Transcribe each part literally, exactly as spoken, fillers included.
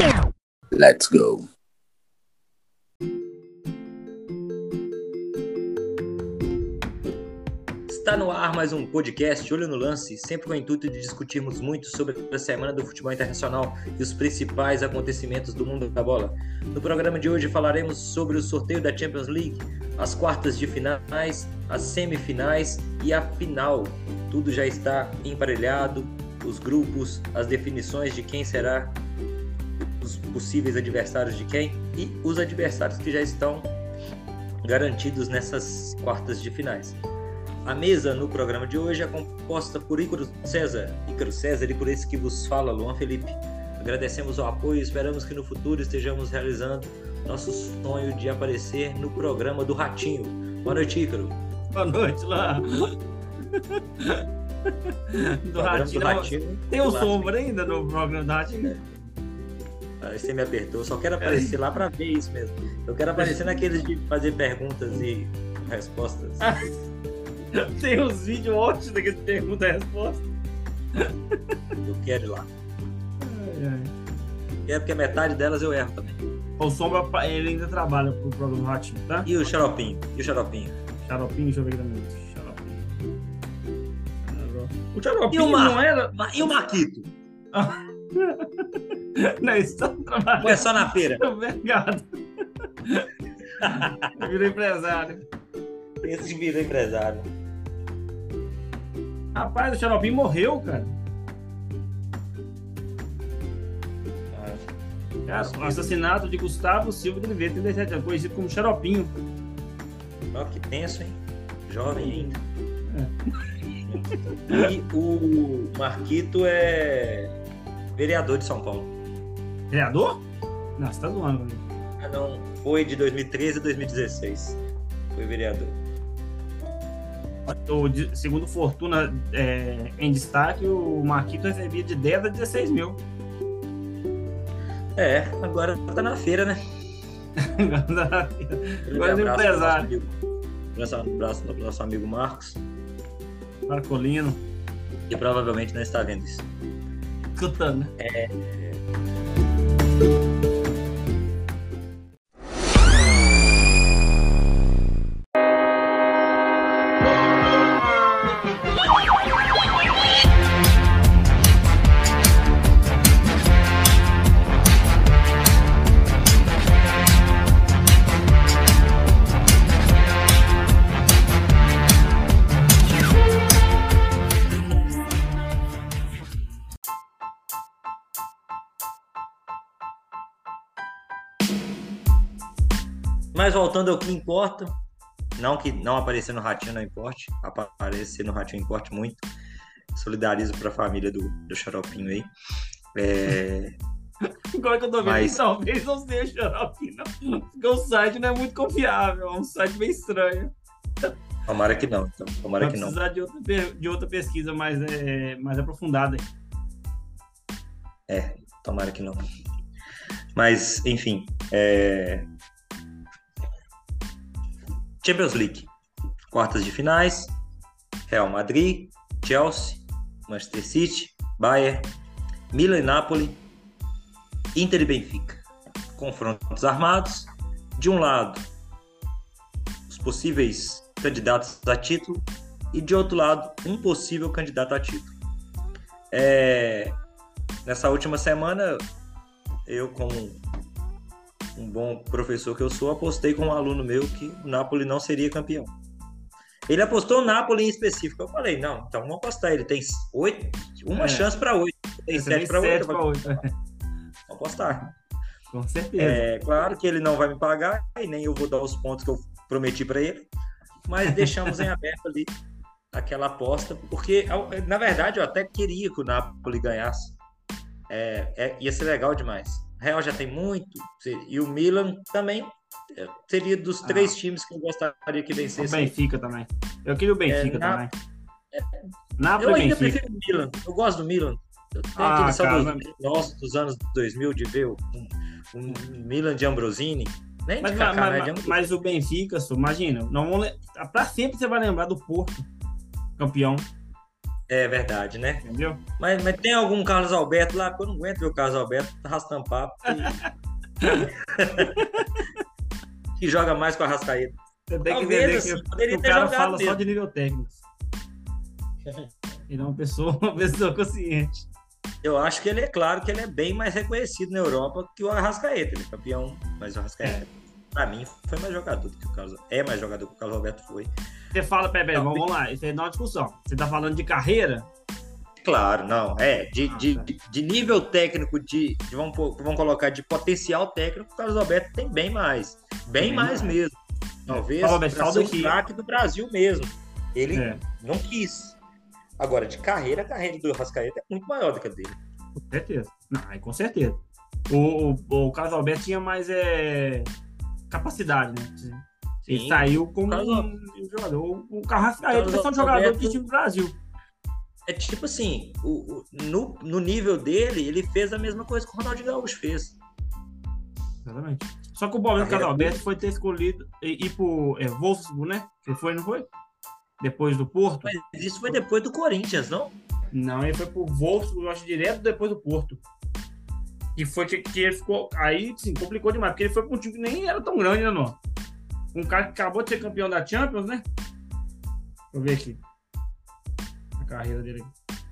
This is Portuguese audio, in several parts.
Let's go. Está no ar mais um podcast Olho no Lance, sempre com o intuito de discutirmos muito sobre a semana do futebol internacional e os principais acontecimentos do mundo da bola. No programa de hoje falaremos sobre o sorteio da Champions League, as quartas de finais, as semifinais e a final. Tudo já está emparelhado, os grupos, as definições de quem será os possíveis adversários de quem e os adversários que já estão garantidos nessas quartas de finais. A mesa no programa de hoje é composta por Ícaro César, Ícaro César e por esse que vos fala, Luan Felipe. Agradecemos o apoio e esperamos que no futuro estejamos realizando nosso sonho de aparecer no programa do Ratinho. Boa noite, Ícaro. Boa noite, lá. Do Ratinho. Do Ratinho. Tem o sombra ainda no programa do Ratinho? Aí você me apertou, só quero aparecer lá para ver isso mesmo. Eu quero aparecer naqueles de fazer perguntas e respostas. Tem uns vídeos ótimos daqueles pergunta e resposta. Eu quero ir lá. Ai, ai. É porque metade delas eu erro também. O Sombra, ele ainda trabalha pro programa do Ratinho, tá? E o Xaropinho? E o Xaropinho? Xaropinho, deixa eu ver aqui também. Xaropinho. O Xaropinho e o Mar... não era... E o Marquito? Não, isso tá trabalhando. Ou é só na feira? Obrigado. Virou empresário. Esse virou empresário. Rapaz, o Xaropinho morreu, cara. Cara, o assassinato de Gustavo Silva de Oliveira, trinta e sete anos, conhecido como Xaropinho. Ó, que tenso, hein? Jovem ainda. É. E o Marquito é vereador de São Paulo. Vereador? Não, você tá zoando comigo. Ah, não. Foi de dois mil e treze a dois mil e dezesseis. Foi vereador. O, segundo Fortuna é, em destaque, o Marquito recebia de dez a dezesseis mil. É, agora tá na feira, né? Agora é empresário. Um abraço pro nosso amigo Marcos. Marcolino. Que provavelmente não está vendo isso. Escutando, né? É. Mas voltando ao que importa, não que não aparecer no Ratinho não importe, aparecer no Ratinho importe muito. Solidarizo para a família do, do Xaropinho aí. É... Agora que eu tô vendo, Mas... talvez não seja Xaropinho, não. Porque o site não é muito confiável, é um site bem estranho. Tomara que não, então. Tomara Vai que não. precisar de outra, de outra pesquisa mais, é, mais aprofundada. É, tomara que não. Mas, enfim, é... Champions League, quartas de finais, Real Madrid, Chelsea, Manchester City, Bayern, Milan e Napoli, Inter e Benfica. Confrontos armados. De um lado, os possíveis candidatos a título e de outro lado, um possível candidato a título. É... Nessa última semana, eu como um bom professor que eu sou, apostei com um aluno meu que o Napoli não seria campeão. Ele apostou o Napoli em específico. Eu falei, não, então vamos apostar. Ele tem oito, uma é. chance para oito. Tem Esse sete para oito. Vamos apostar. Com certeza. É claro que ele não vai me pagar e nem eu vou dar os pontos que eu prometi para ele, mas deixamos em aberto ali aquela aposta, porque, na verdade, eu até queria que o Napoli ganhasse. É, é, ia ser legal demais. O Real já tem muito, e o Milan também seria dos três ah. times que eu gostaria que vencesse. O Benfica também. Eu queria o Benfica é, na... também. É... Napoli eu ainda Benfica. prefiro o Milan. Eu gosto do Milan. Eu tenho ah, aquele cara, saudosismo mas... nosso dos anos dois mil de ver um, um Milan de Ambrosini. Nem mas, de Kaká, mas, né? de Ambrosini. Mas o Benfica, só, imagina, não vamos... pra sempre você vai lembrar do Porto, campeão. É verdade, né? Entendeu? Mas, mas tem algum Carlos Alberto lá? Eu não aguento ver o Carlos Alberto arrastando papo. E... que joga mais com a Arrascaeta. Você tem que Talvez, entender assim, que, poderia que o ter cara jogado fala mesmo. só de nível técnico. Ele é uma pessoa, uma pessoa consciente. Eu acho que ele é claro que ele é bem mais reconhecido na Europa que o Arrascaeta. Ele é campeão, mas o Arrascaeta, é. pra mim, foi mais jogador do que o Carlos. É mais jogador que o Carlos Alberto foi. Você fala, Pepe, vamos, vamos lá, isso aí dá uma discussão. Você tá falando de carreira? Claro, não. É, de, Ah, de, tá. de, de nível técnico, de, de vamos, vamos colocar de potencial técnico, o Carlos Alberto tem bem mais. Bem, bem mais, mais mesmo. Talvez para ser o craque do Brasil mesmo. Ele é. não quis. Agora, de carreira, a carreira do Arrascaeta é muito maior do que a dele. Com certeza. Não, com certeza. O, o, o Carlos Alberto tinha mais é, capacidade, né? Ele Sim. saiu como Carlos... um jogador. O Arrascaeta é um jogador Alberto... do time do Brasil. É tipo assim, o, o, no, no nível dele, ele fez a mesma coisa que o Ronaldinho Gaúcho fez. Exatamente. Só que o problema do Carlos Alberto foi ter escolhido ir pro é, Wolfsburg, né? Ele foi, não foi? Depois do Porto. Mas isso foi depois do Corinthians, não? Não, ele foi pro Wolfsburg, eu acho, direto depois do Porto. E foi que, que ele ficou... Aí, sim, complicou demais, porque ele foi pra um time que nem era tão grande, né, não? Um cara que acabou de ser campeão da Champions, né? Deixa eu ver aqui. A carreira dele.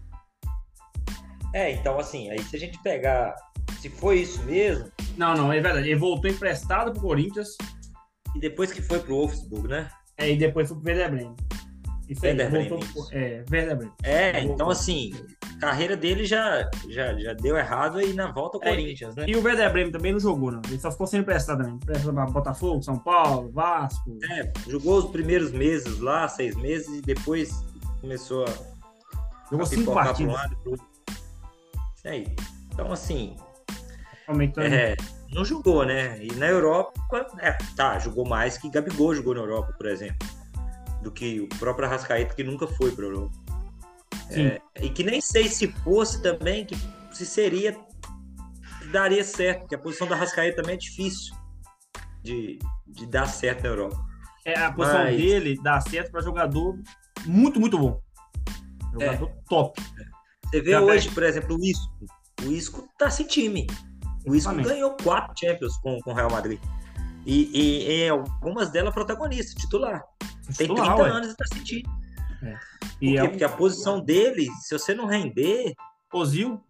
É, então, assim, aí se a gente pegar... Se foi isso mesmo... Não, não, é verdade. Ele voltou emprestado pro Corinthians. E depois que foi pro Wolfsburg, né? É, e depois foi pro Werder Bremen. Isso aí, Werder voltou pro... É, Werder Bremen. É, então assim, a carreira dele já, já, já deu errado aí na volta ao é, Corinthians, né? E o Werder Bremen também não jogou, não. Ele só ficou sendo emprestado também. Emprestado pra Botafogo, São Paulo, Vasco. É, jogou os primeiros meses lá, seis meses, e depois começou a... Jogou a cinco partidas. Um lado, pro... Isso aí. Então, assim... Aumentando. É, não jogou, né? E na Europa, é, tá, jogou mais que Gabigol jogou na Europa, por exemplo. Do que o próprio Arrascaeta, que nunca foi para a Europa. É, e que nem sei se fosse também, que se seria, que daria certo, porque a posição do Arrascaeta também é difícil de, de dar certo na Europa. É, a posição Mas... dele dá certo para jogador muito, muito bom. Jogador é. top. Você vê Já hoje, vai... por exemplo, o Isco. O Isco tá sem time. O Isco ganhou quatro Champions com o Real Madrid. E, e em algumas delas protagonista, titular. Tem titular, trinta ué. anos e tá sem time. É. E Por quê? É um... Porque a posição dele, se você não render... Ozil?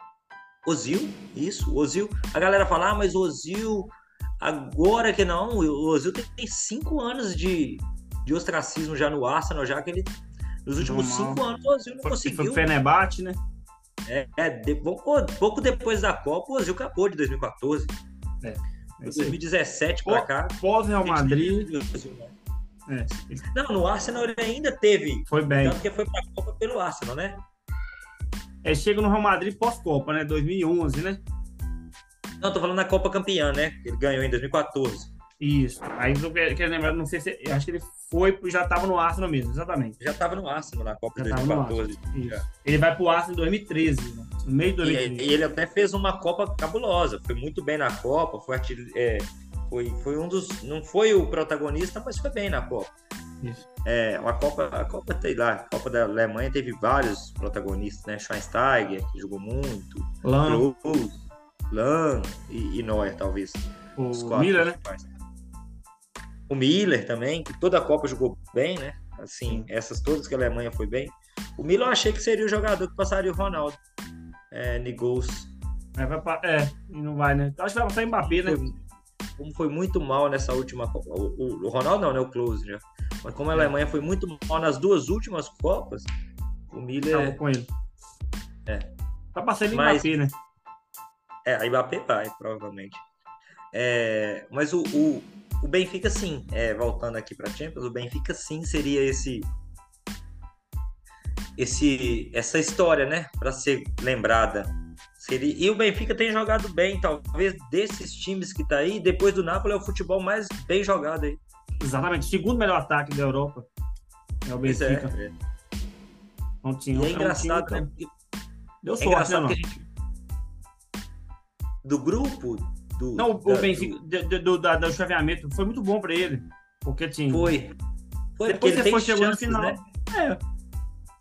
Ozil, isso, Ozil. A galera fala, ah, mas o Ozil... Agora que não, o Ozil tem, tem cinco anos de, de ostracismo já no Arsenal, já que ele... Nos últimos Normal. cinco anos o Ozil não foi, conseguiu. Foi o Fenerbahçe, né? É, é de, pouco, pouco depois da Copa, o Ozil acabou de dois mil e quatorze. É. dois mil e dezessete pra cá. Pós-Real Madrid. É. Não, no Arsenal ele ainda teve. Foi bem. Tanto que foi pra Copa pelo Arsenal, né? É, chega no Real Madrid pós-Copa, né? dois mil e onze, né? Não, tô falando na Copa Campeã, né? Ele ganhou em dois mil e quatorze. Isso. Aí eu quero lembrar, não sei se. Eu acho que ele foi, já tava no Arsenal mesmo, exatamente. Já tava no Arsenal na Copa de dois mil e quatorze. Isso. Ele vai pro Arsenal em dois mil e treze, né? No meio de dois mil e treze. E, e ele até fez uma Copa cabulosa. Foi muito bem na Copa. Foi, é, foi, foi um dos. Não foi o protagonista, mas foi bem na Copa. Isso. É, a Copa, a Copa, sei lá, a Copa da Alemanha teve vários protagonistas, né? Schweinsteiger, que jogou muito. Lan. Klose, Lan e, e Neuer, talvez. O Miller, né? O Miller também, que toda a Copa jogou bem, né? Assim, essas todas que a Alemanha foi bem. O Miller eu achei que seria o jogador que passaria o Ronaldo. É, Nigos. É, vai pra... é, não vai, né? Acho que vai passar o Mbappé, né? Foi, como foi muito mal nessa última Copa. O, o, o Ronaldo não, né? O Klose já. Mas como a Alemanha foi muito mal nas duas últimas Copas, o Miller... Acabou com ele. É. Vai passar ele Mas... Mbappé, né? É, a Mbappé vai, provavelmente. É, mas o... o O Benfica, sim, é, voltando aqui para a Champions, o Benfica, sim, seria esse, esse, essa história, né, para ser lembrada. Seria, e o Benfica tem jogado bem, talvez desses times que tá aí, depois do Napoli é o futebol mais bem jogado aí. Exatamente, o segundo melhor ataque da Europa é o Benfica. É, é. Não tinha, e é engraçado, um né? Deu sorte, é engraçado, né, que a gente... Do grupo... Do, não, da, o Benfica, do, do, do, da, do chaveamento foi muito bom pra ele. Porque tinha. Foi. Foi Depois porque você foi chegou no final. Né? É.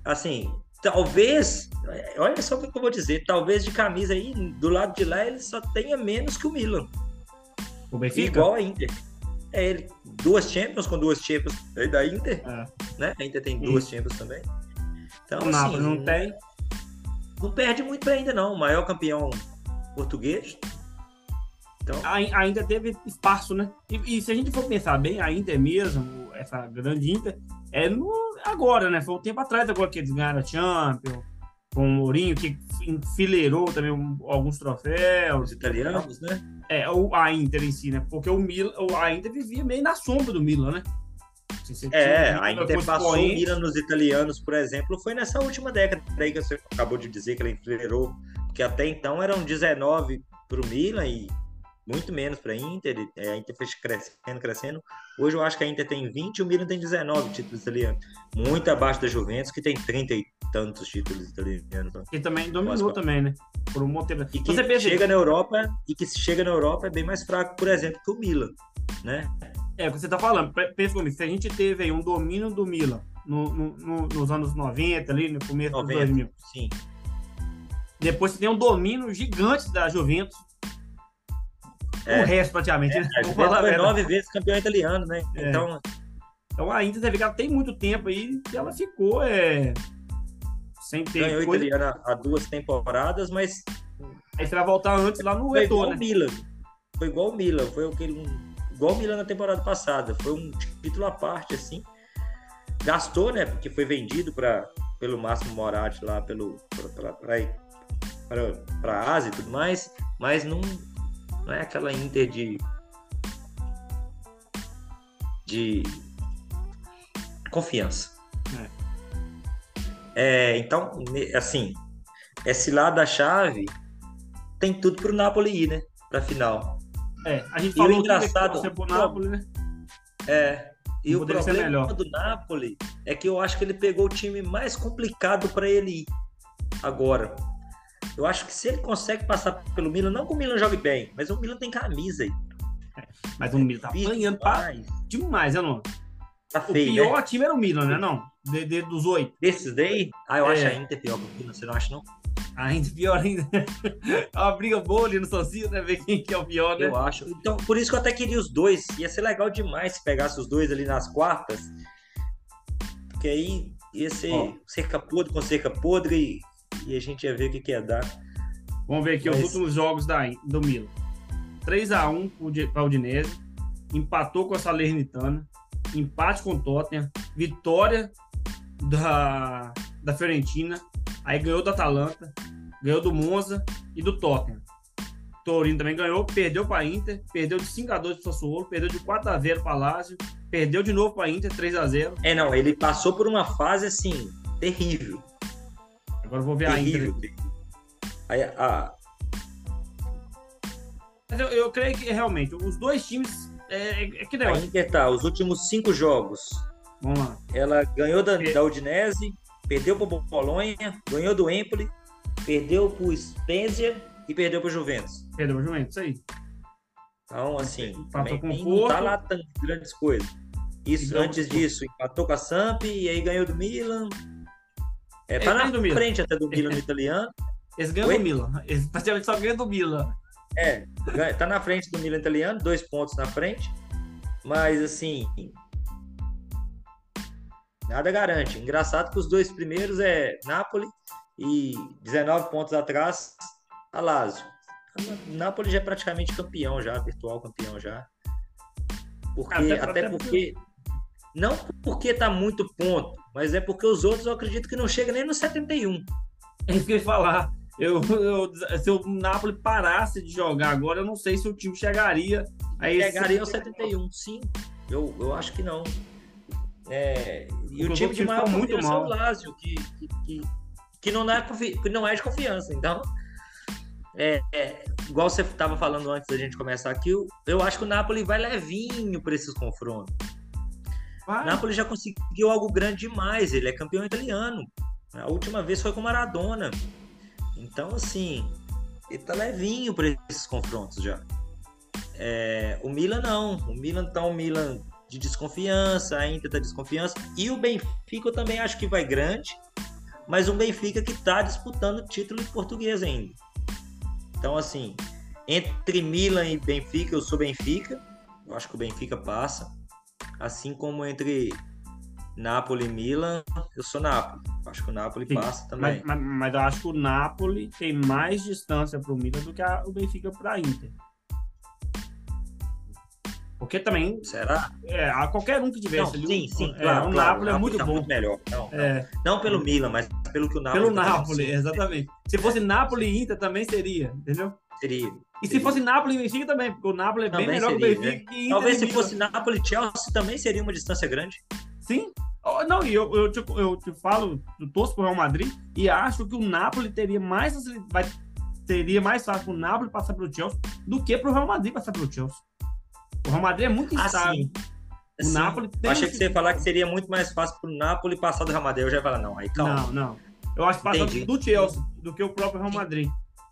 assim, talvez, olha só o que eu vou dizer, talvez de camisa aí, do lado de lá, ele só tenha menos que o Milan. O Benfica? Igual a Inter. É ele, duas Champions com duas Champions aí da Inter, É. né? A Inter tem duas Isso. Champions também. Então, O assim, Napoli não tem. Não perde muito ainda não, o maior campeão português. Então, A- Ainda teve espaço, né? E, e se a gente for pensar bem, a Inter mesmo, essa grande Inter, é no, agora, né? Foi um tempo atrás agora que eles ganharam a Champions, com o Mourinho, que enfileirou também um- alguns troféus. os italianos, né? É, o, a Inter em si, né? Porque o Milan, o- a Inter vivia meio na sombra do Milan, né? Se você É, tinha um a Milan Inter com passou o expoentes, Milan nos italianos, por exemplo, foi nessa última década aí que você acabou de dizer que ela enfileirou, porque até então eram dezenove para o Milan e muito menos para a Inter, e a Inter foi crescendo, crescendo. Hoje eu acho que a Inter tem vinte e o Milan tem dezenove títulos italianos, muito abaixo da Juventus, que tem trinta e tantos títulos italianos. Né? que também dominou Quase, também, né? Por um motivo. E que Você pensa, chega na Europa, e que chega na Europa é bem mais fraco, por exemplo, que o Milan, né? é o que você tá falando. Pe- Pensa comigo, se a gente teve aí um domínio do Milan no, no- no- nos anos noventa, ali, no começo dos dois mil. sim. Depois você tem um domínio gigante da Juventus. É. O resto, praticamente, né? A Vou Juventus falar a foi verdade. nove vezes campeão italiano, né? É. Então, Então a Inter, você vê que ela tem muito tempo aí e ela ficou é, sem ter ganhou o coisa. italiano há duas temporadas, mas Aí você vai voltar antes lá no foi igual Eto'o, o né? Milan. Foi igual o Milan, foi aquele, igual o Milan na temporada passada. Foi um título à parte, assim. Gastou, né? Porque foi vendido pra, pelo Máximo Moratti lá, pelo, pra, pra, pra, pra a Ásia e tudo mais, mas não, não é aquela Inter de de confiança. É, então, ne- assim, esse lado da chave tem tudo pro Napoli ir, né? Pra final. É, a gente E o falou engraçado- que você pro Napoli, né? É. E Não o poderia ser problema melhor. do Napoli é que eu acho que ele pegou o time mais complicado para ele ir agora. Eu acho que se ele consegue passar pelo Milan, não que o Milan jogue bem, mas o Milan tem camisa aí. Mas o Milan tá Difícil apanhando pra demais. demais, né, não? Tá O feio, pior né? time era o Milan, né, não? De, de- dos oito. Desses daí, ah, eu É. acho a Inter pior que o Milan, você não acha, não? Ainda pior ainda. É uma briga boa ali no Sozinho, né? Ver quem que é o pior, né? Eu acho. Então, por isso que eu até queria os dois. Ia ser legal demais se pegasse os dois ali nas quartas. Porque aí ia ser Ó. cerca podre com cerca podre e, e a gente ia ver o que, que ia dar. Vamos ver aqui Mas- os últimos jogos da, do Milan. três a um para o Udinese. Empatou com a Salernitana. Empate com o Tottenham. Vitória da, da Fiorentina. Aí ganhou do Atalanta. Ganhou do Monza e do Tottenham. Torino também ganhou. Perdeu para a Inter. Perdeu de cinco a dois para o Sassuolo. Perdeu de quatro a zero para a Lazio. Perdeu de novo para a Inter. três a zero. É, não, ele passou por uma fase assim, terrível. Agora eu vou ver a Inter. Terrível. Aí, a, Mas eu, eu creio que realmente os dois times. É, é que a negócio. Inter tá, os últimos cinco jogos, Vamos lá. ela ganhou da, É. da Udinese, perdeu para o Bolonha, ganhou do Empoli, perdeu para o Spezia e perdeu para o Juventus. Perdeu o Juventus, isso aí. Então, assim, Empatou também com o nem não tá Porto. lá tantas grandes coisas. Isso, E ganhou antes com o disso, empatou com a Samp e aí ganhou do Milan. É, É, tá na ganhou do Milan. frente até do Milan no italiano. Eles ganham Oi? do Milan. Eles praticamente só ganham do Milan. É, ganha- tá na frente do Milan italiano, dois pontos na frente. Mas, assim, nada garante. Engraçado que os dois primeiros é Napoli e dezenove pontos atrás, a Lazio. O Napoli já é praticamente campeão já, virtual campeão já. Porque, Até- até, até porque... Não porque tá muito ponto, mas é porque os outros eu acredito que não chega nem no setenta e um. É isso que eu ia falar. Eu, eu- se o Napoli parasse de jogar agora, eu não sei se o time chegaria a esse. Chegaria ao setenta e um, sim. Eu, eu acho que não. É, e Porque o os time outros de times maior estão muito confiança é o mal. Lazio, que, que, que, que não, é, confi- que não é de confiança. Então, é, é, igual você estava falando antes da gente começar aqui, eu, eu acho que o Napoli vai levinho para esses confrontos. O Vai. Napoli já conseguiu algo grande demais. Ele é campeão italiano. A última vez foi com o Maradona. Então, assim, ele tá levinho para esses confrontos já. É, o Milan não. O Milan tá um Milan de desconfiança, a Inter tá de desconfiança. E o Benfica eu também acho que vai grande. mas um Benfica que está disputando o título em português ainda. Então, assim, entre Milan e Benfica, eu sou Benfica. Eu acho que o Benfica passa. Assim como entre Napoli e Milan, eu sou Napoli. Eu acho que o Napoli Sim, passa também. Mas, mas, mas eu acho que o Napoli tem mais distância para o Milan do que a, o Benfica para a Inter. Porque também... Será? É, a qualquer um que tivesse não, ali... Sim, sim, é, claro. O claro, Napoli o é muito tá bom. Muito melhor. Não, é. não, não pelo Milan, mas pelo que o Napoli... Pelo tá Napoli, sim. exatamente. Se fosse Napoli e Inter também seria, entendeu? Seria. E seria. se fosse Napoli e Benfica também, porque o Napoli é também bem melhor seria, que o Benfica é. e Inter. Talvez e se Milan. fosse Napoli e Chelsea também seria uma distância grande. Sim. Não, e eu, eu, te, eu te falo, eu torço pro Real Madrid e acho que o Napoli teria mais vai, teria mais fácil pro Napoli passar pelo Chelsea do que pro Real Madrid passar pelo Chelsea. O Real Madrid é muito instável. Ah, o sim. Napoli tem Achei que você ia falar que seria muito mais fácil pro Napoli passar do Real Madrid. Eu já ia falar, não, aí calma. Não, não. Eu acho que passa do Chelsea do que o próprio Real Madrid.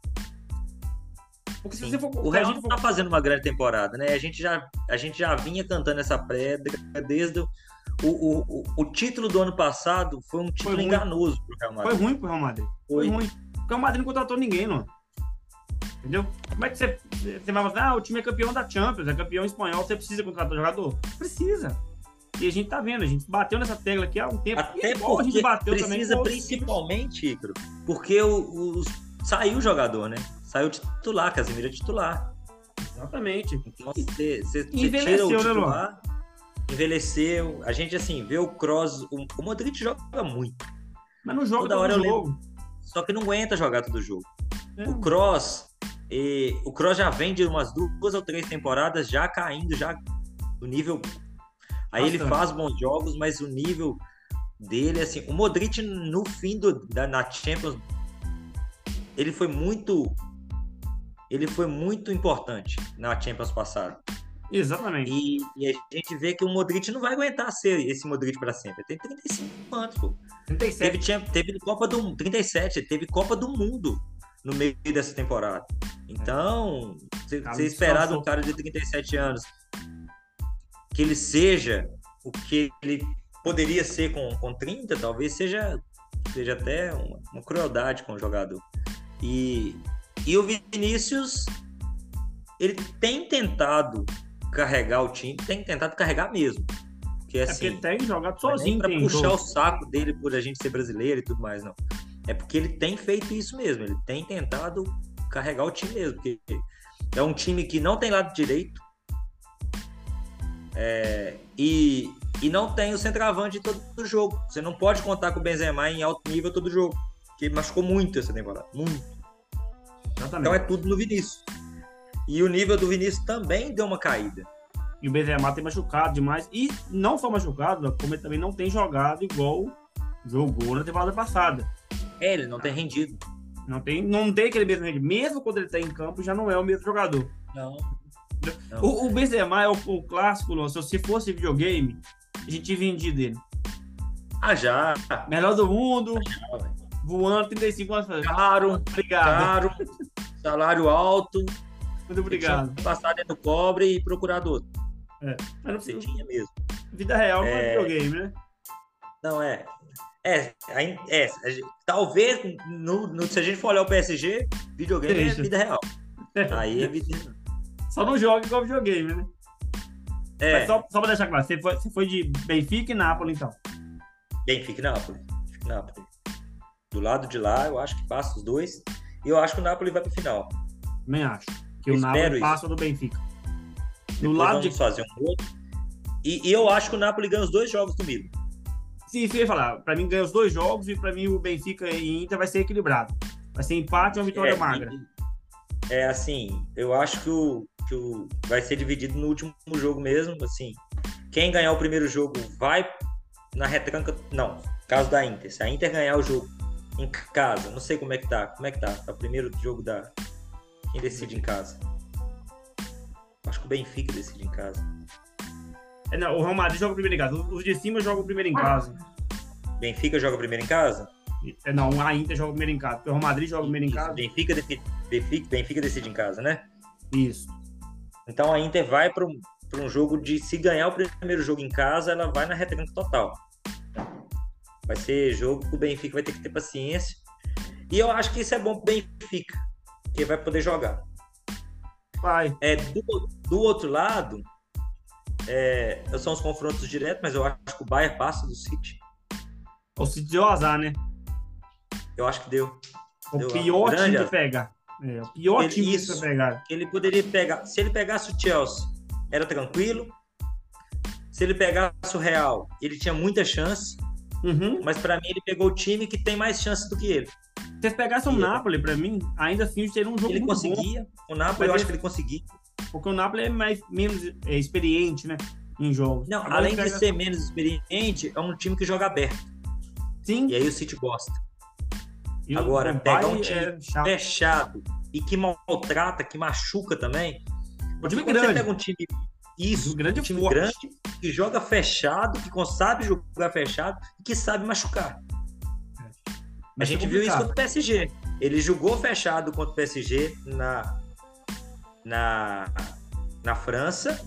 Porque se você for, o Real não for... tá fazendo uma grande temporada, né? A gente já, a gente já vinha cantando essa pedra desde o, o, o, o título do ano passado foi um título foi enganoso pro Real Madrid. Foi ruim pro Real Madrid. Foi, foi ruim. Porque o Real Madrid não contratou ninguém, não. Entendeu? Como é que você, você vai falar, ah, o time é campeão da Champions, é campeão espanhol, você precisa contratar jogador? Precisa. E a gente tá vendo, a gente bateu nessa tecla aqui há um tempo. Até porque a gente bateu precisa também principalmente, Ícaro, porque o, o, saiu o jogador, né? Saiu titular, Casemiro é titular. Exatamente. Então você, você, você tira o titular, né, envelheceu. A gente, assim, vê o Kroos, o, o Modric joga muito. Mas não joga toda hora todo eu jogo. Lembro, só que não aguenta jogar todo jogo. É. O Kroos, e, o Kroos já vem de umas duas ou três temporadas já caindo, já no nível... Aí Bastante. Ele faz bons jogos, mas o nível dele, assim... O Modric, no fim do, da, na Champions, ele foi muito... Ele foi muito importante na Champions passada. Exatamente. E, e a gente vê que o Modric não vai aguentar ser esse Modric para sempre. Ele tem trinta e cinco anos, pô. trinta e sete. Teve, teve Copa do trinta e sete, teve Copa do Mundo no meio dessa temporada. Então, você é. esperar de um cara de trinta e sete anos que ele seja o que ele poderia ser com, com trinta, talvez seja, seja até uma, uma crueldade com o jogador. E, e o Vinícius, ele tem tentado carregar o time, tem tentado carregar mesmo. Porque, assim, é porque ele tem jogado sozinho. Não é pra puxar o saco dele por a gente ser brasileiro e tudo mais, não. É porque ele tem feito isso mesmo, ele tem tentado carregar o time mesmo, porque é um time que não tem lado direito, é, e, e não tem o centroavante todo o jogo. Você não pode contar com o Benzema em alto nível todo jogo, porque ele machucou muito essa temporada, muito. Exatamente. Então é tudo no Vinícius. E o nível do Vinícius também deu uma caída. E o Benzema tem machucado demais. E não só machucado, como ele também não tem jogado igual jogou na temporada passada. É, ele não tem rendido. Não tem, não tem aquele mesmo rendimento. Mesmo quando ele está em campo, já não é o mesmo jogador. Não. não. O, o Benzema é o, o clássico, nosso. Se fosse videogame, a gente tinha vendido ele. Ah, já. Melhor do mundo. Já, voando trinta e cinco anos. Caro. Obrigado. Caro. Salário alto. Muito obrigado. Passar dentro do cobre e procurar do outro. É. Mas não você tinha mesmo. Vida real não é videogame, né? Não, é. É, é, é talvez, no, no, se a gente for olhar o P S G, videogame Deixa. é vida real. Aí é vida real. Só não joga igual videogame, né? É. Mas só, só pra deixar claro, você foi, você foi de Benfica e Napoli, então? Benfica e Napoli. Benfica e Napoli. Do lado de lá, eu acho que passa os dois. E eu acho que o Napoli vai pro final. Também acho. Que eu o Napoli passa do Benfica. Do lado vamos de... fazer um outro. E, e eu acho que o Napoli ganha os dois jogos do Milan. Sim, isso eu ia falar. Pra mim ganha os dois jogos e pra mim o Benfica e Inter vai ser equilibrado. Vai ser empate ou uma vitória é, magra. É assim, eu acho que, o, que o, vai ser dividido no último jogo mesmo. Assim, quem ganhar o primeiro jogo vai na retranca. Não, caso da Inter. Se a Inter ganhar o jogo em casa, não sei como é que tá. Como é que tá? Tá o primeiro jogo da... Quem decide em casa? Acho que o Benfica decide em casa. É, não, o Real Madrid joga o primeiro em casa. Os de cima jogam o primeiro em casa. Benfica joga o primeiro em casa? É, não, a Inter joga o primeiro em casa. Porque o Real Madrid joga o primeiro em casa. Benfica, decide, Benfica, Benfica decide em casa, né? Isso. Então a Inter vai para um, um jogo de... Se ganhar o primeiro jogo em casa, ela vai na retranca total. Vai ser jogo que o Benfica vai ter que ter paciência. E eu acho que isso é bom pro Benfica, porque vai poder jogar. Vai. É, do, do outro lado, é, são os confrontos diretos, mas eu acho que o Bayern passa do City. O City deu azar, né? Eu acho que deu. O deu pior grande time azar. de pegar. É, o pior Ele- time isso. de pegar. Ele poderia pegar. Se ele pegasse o Chelsea, era tranquilo. Se ele pegasse o Real, ele tinha muita chance. Uhum. Mas pra mim, ele pegou o time que tem mais chance do que ele. Se eles pegassem o E- Napoli, pra mim, ainda assim seria um jogo Ele muito bom. conseguia. O Napoli, eu Mas acho ele- que ele conseguia. Porque o Napoli é mais, menos é, experiente, né? Em jogos. Não, Agora além ele de pega- ser menos experiente, é um time que joga aberto. Sim. E aí o City gosta. E o- Agora, o pegar um Bayern time é chato. fechado e que maltrata, que machuca também. O time Quando você grande. pega um time. Isso, Um grande um time forte. grande, que joga fechado, que sabe jogar fechado e que sabe machucar. A Vai ser gente viu isso complicado. contra o P S G. Ele jogou fechado contra o P S G na, na, na França,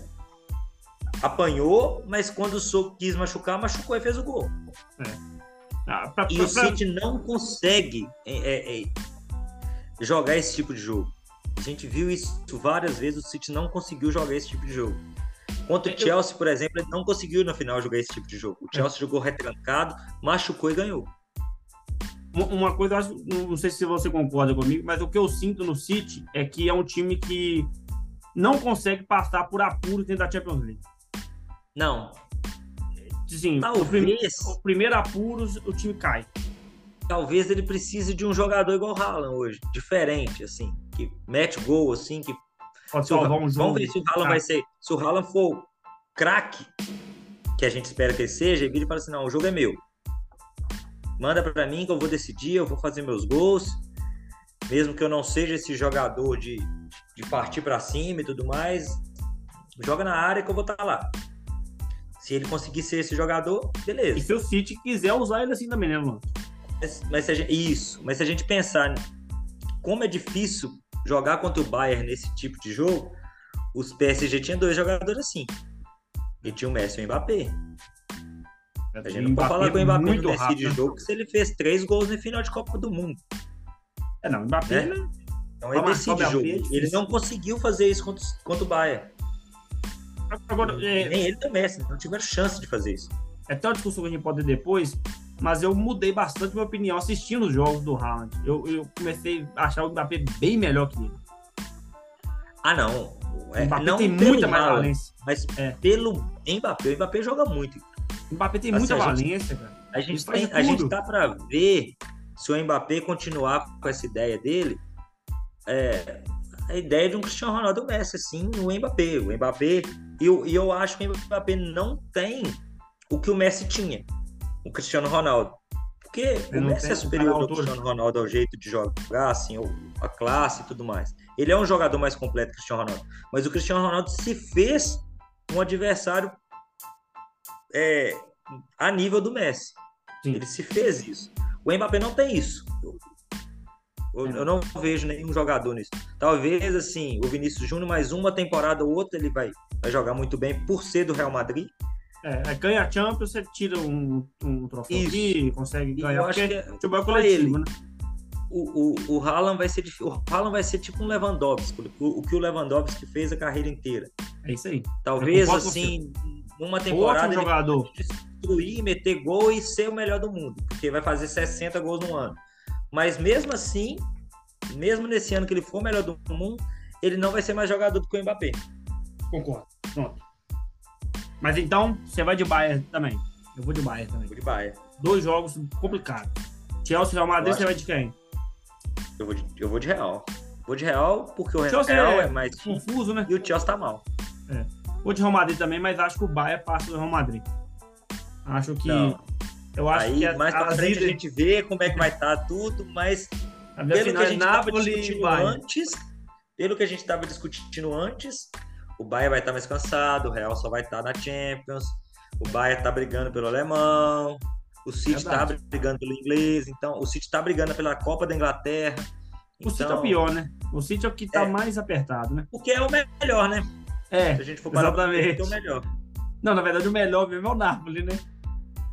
apanhou, mas quando sou, quis machucar, machucou e fez o gol. Ah, pra- E pra- o pra- City não consegue é, é, é, jogar esse tipo de jogo. A gente viu isso várias vezes, o City não conseguiu jogar esse tipo de jogo. Contra o Eu- Chelsea, por exemplo, ele não conseguiu no final jogar esse tipo de jogo. O Chelsea jogou retrancado, machucou e ganhou. Uma- Uma coisa, eu acho, não sei se você concorda comigo, mas o que eu sinto no City é que é um time que não consegue passar por apuros dentro da Champions League. Não, Assim, Talvez. o, prime- o primeiro apuros, o time cai. talvez ele precise de um jogador igual o Haaland hoje, diferente, assim, que mete gol, assim, que Pode se o- salvar um jogo. vamos ver se o Haaland Ah, vai ser, se o Haaland for craque, que a gente espera que ele seja, ele vira e fala assim, não, o jogo é meu. Manda pra mim que eu vou decidir, eu vou fazer meus gols, mesmo que eu não seja esse jogador de, de partir pra cima e tudo mais, joga na área que eu vou estar lá. Se ele conseguir ser esse jogador, E beleza. se o City quiser usar ele assim também, né, Luan? Mas, mas se a gente, isso, mas se a gente pensar como é difícil jogar contra o Bayern nesse tipo de jogo, os P S G tinha dois jogadores assim. E tinha o Messi e o Mbappé. A gente não pode falar que o Mbappé muito não decide rápido, né? jogo se ele fez três gols na final de Copa do Mundo. É, não, o Mbappé, Né? né? Então ele Pra marcar o decide Mbappé jogo. é difícil. Ele não conseguiu fazer isso contra, contra o Bayern. Agora, é, Nem ele nem o Messi, não tiveram chance de fazer isso. é até uma discussão que a gente pode ter depois, mas eu mudei bastante minha opinião assistindo os jogos do Haaland. Eu, eu comecei a achar o Mbappé bem melhor que ele. Ah, não. O É, Mbappé não tem pelo muita mais Haaland, valência. mas É. pelo Mbappé. O Mbappé joga muito. O Mbappé tem Assim, muita a gente- valência, cara. A gente, Ele faz tem, a tudo. gente tá para ver se o Mbappé continuar com essa ideia dele, é, a ideia de um Cristiano Ronaldo e o Messi, assim, o Mbappé. O Mbappé, e eu, e eu acho que o Mbappé não tem o que o Messi tinha, o Cristiano Ronaldo. Porque o não Messi tem é o superior cara ao altura. Cristiano Ronaldo ao jeito de jogar, assim, o- a classe e tudo mais. Ele é um jogador mais completo que o Cristiano Ronaldo. Mas o Cristiano Ronaldo se fez um adversário é, a nível do Messi. Sim. Ele se fez isso. O Mbappé não tem isso. Eu, eu- eu não vejo nenhum jogador nisso. Talvez, assim, o Vinícius Júnior, mais uma temporada ou outra, ele vai, vai jogar muito bem por ser do Real Madrid. É, aí ganha a Champions, você tira um, um troféu Isso. aqui, consegue E ganhar. eu acho Porque que é- futebol é pra coletivo, ele. né? O, o, o Haaland vai ser dif- o Haaland vai ser tipo um Lewandowski, o, o que o Lewandowski fez a carreira inteira. É isso aí. Talvez, concordo com assim, numa Ótimo temporada ele jogador. destruir, meter gol e ser o melhor do mundo, porque vai fazer sessenta gols no ano. Mas mesmo assim, mesmo nesse ano que ele for o melhor do mundo, ele não vai ser mais jogador do que o Mbappé. Concordo. Pronto. Mas então, você vai de Bayern também. Eu vou de Bayern também. Vou de Bayern. Dois jogos complicados. Chelsea e Real Madrid, Eu você acho- vai de quem? Eu vou de, eu vou de Real. Vou de Real porque o Chelsea Real é é mais time Confuso, né? e o Chelsea tá mal. Vou de Real Madrid também, mas acho que o Bayern passa do Real Madrid. Acho que... Não. Eu acho Aí que a, mais pra as frente a idas- gente vê como é que vai estar tudo, mas a minha pelo que final a é gente estava Napoli e discutindo Bayern. antes, pelo que a gente estava discutindo antes, o Bayern vai estar mais cansado, o Real só vai estar na Champions, o Bayern tá brigando pelo alemão, o City tá Verdade. brigando pelo inglês, então o City tá brigando pela Copa da Inglaterra. O City é Então, o pior, né? O City é o que tá É. mais apertado, né? porque é o melhor, né? É, Se a gente for parar pra ver, exatamente. é o melhor. Não, na verdade o melhor mesmo é o Napoli, né?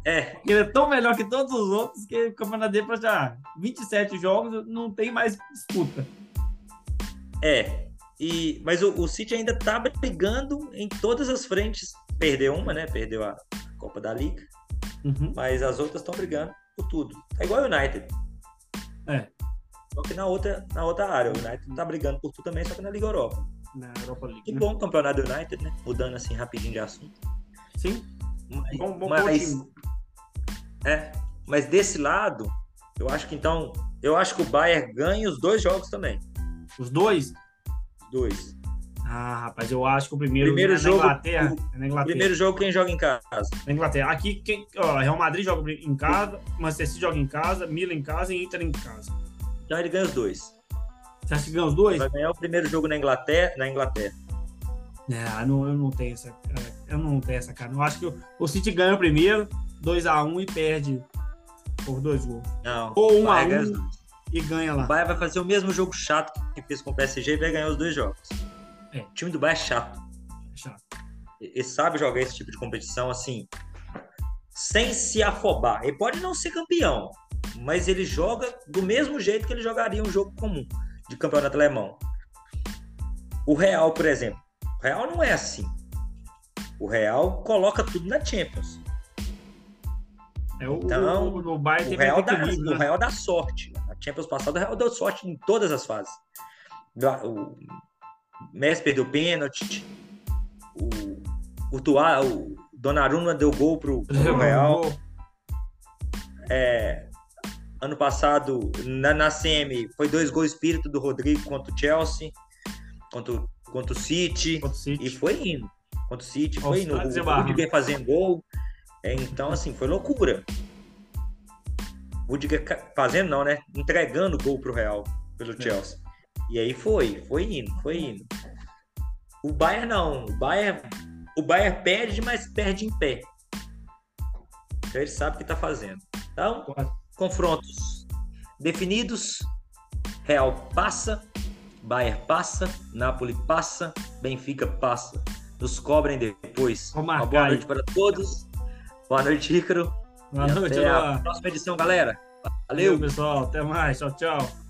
É, Ele é tão melhor que todos os outros que o campeonato dele para já vinte e sete jogos não tem mais disputa. é. E, mas o, o City ainda tá brigando em todas as frentes. Perdeu uma, né? Perdeu a Copa da Liga. Uhum. Mas as outras estão brigando por tudo. É igual o United. É. Só que na outra, na outra área. O United tá brigando por tudo também, só que na Liga Europa. Na Europa League. Que né? bom o campeonato do United, né? Mudando assim rapidinho de assunto. Sim. Mas, Bom, bom, mas, bom time. é, mas desse lado, eu acho que então. Eu acho que o Bayern ganha os dois jogos também. Os dois? Os dois. Ah, rapaz, eu acho que o primeiro, Primeiro é jogo- na Inglaterra. É na Inglaterra. Primeiro jogo, quem joga em casa? Na Inglaterra. Aqui, quem, ó, Real Madrid joga em casa, Manchester City joga em casa, Milan em casa e Inter em casa. Então ele ganha os dois. Você acha que ganha os dois? Vai ganhar o primeiro jogo na Inglaterra. Na Inglaterra. Ah, não, eu não tenho essa cara. Eu não tenho essa cara. Eu acho que o, o City ganha o primeiro, dois a um e perde por dois gols. Não. Ou o um a Bayern ganha os um dois. e ganha O lá. Bayern vai fazer o mesmo jogo chato que fez com o P S G e vai ganhar os dois jogos. É. O time do Bayern é chato. Chato. Ele sabe jogar esse tipo de competição assim, sem se afobar. Ele pode não ser campeão, mas ele joga do mesmo jeito que ele jogaria um jogo comum de campeonato alemão. O Real, por exemplo. O Real não é assim. O Real coloca tudo na Champions. É o, Então, o, o Bayern O teve Real, dá, equilíbrio, o né? Real dá sorte. Na Champions passada, o Real deu sorte em todas as fases. O Messi perdeu pênalti. O, o, Tua, o Donnarumma deu gol pro, pro Real. É, ano passado, na, na semi, foi dois gols espírito do Rodrigo contra o Chelsea, contra, o- contra o City, Contra o City. e foi indo. Contra o City, Aos foi indo. trancos e O barrancos. Rudiger fazendo gol. É, então, assim, foi loucura. O Rudiger ca- fazendo, não, né? Entregando gol pro Real, pelo É. Chelsea. E aí foi, foi indo, foi indo. O Bayern não. O Bayern, o Bayern perde, mas perde em pé. Então ele sabe o que tá fazendo. Então, confrontos definidos. Real passa, Bayern passa, Napoli passa, Benfica passa. Nos cobrem depois. Vou Uma marcar boa aí. noite para todos. Boa noite, Ícaro. Boa E noite, até a Luan. próxima edição, galera. Valeu, Valeu. pessoal. Até mais. Tchau, tchau.